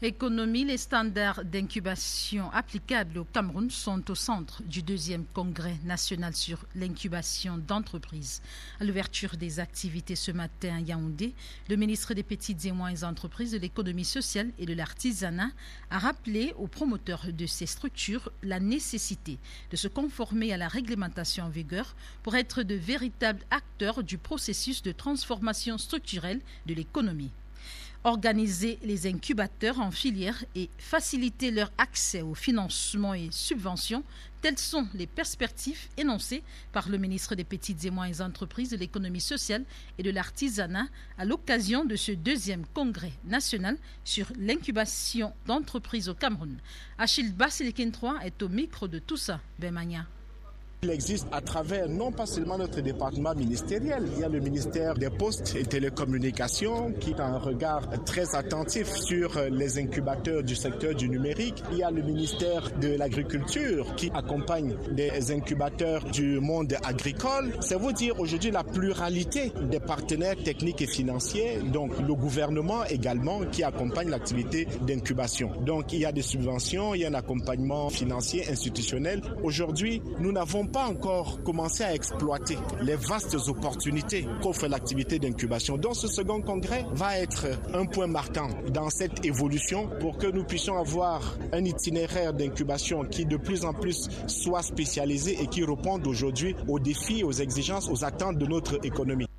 Économie, les standards d'incubation applicables au Cameroun sont au centre du 2e congrès national sur l'incubation d'entreprises. À l'ouverture des activités ce matin à Yaoundé, le ministre des Petites et Moyennes Entreprises, de l'économie sociale et de l'artisanat a rappelé aux promoteurs de ces structures la nécessité de se conformer à la réglementation en vigueur pour être de véritables acteurs du processus de transformation structurelle de l'économie. Organiser les incubateurs en filière et faciliter leur accès aux financements et subventions, telles sont les perspectives énoncées par le ministre des Petites et Moyennes Entreprises, de l'économie sociale et de l'artisanat à l'occasion de ce 2e congrès national sur l'incubation d'entreprises au Cameroun. Achille Bassilikin 3 est au micro de Toussa Bemania. Il existe à travers non pas seulement notre département ministériel, il y a le ministère des Postes et Télécommunications qui a un regard très attentif sur les incubateurs du secteur du numérique. Il y a le ministère de l'Agriculture qui accompagne des incubateurs du monde agricole. C'est vous dire aujourd'hui la pluralité des partenaires techniques et financiers, donc le gouvernement également qui accompagne l'activité d'incubation. Donc il y a des subventions, il y a un accompagnement financier, institutionnel. Aujourd'hui, nous n'avons pas encore commencé à exploiter les vastes opportunités qu'offre l'activité d'incubation. Donc ce second congrès va être un point marquant dans cette évolution pour que nous puissions avoir un itinéraire d'incubation qui de plus en plus soit spécialisé et qui réponde aujourd'hui aux défis, aux exigences, aux attentes de notre économie.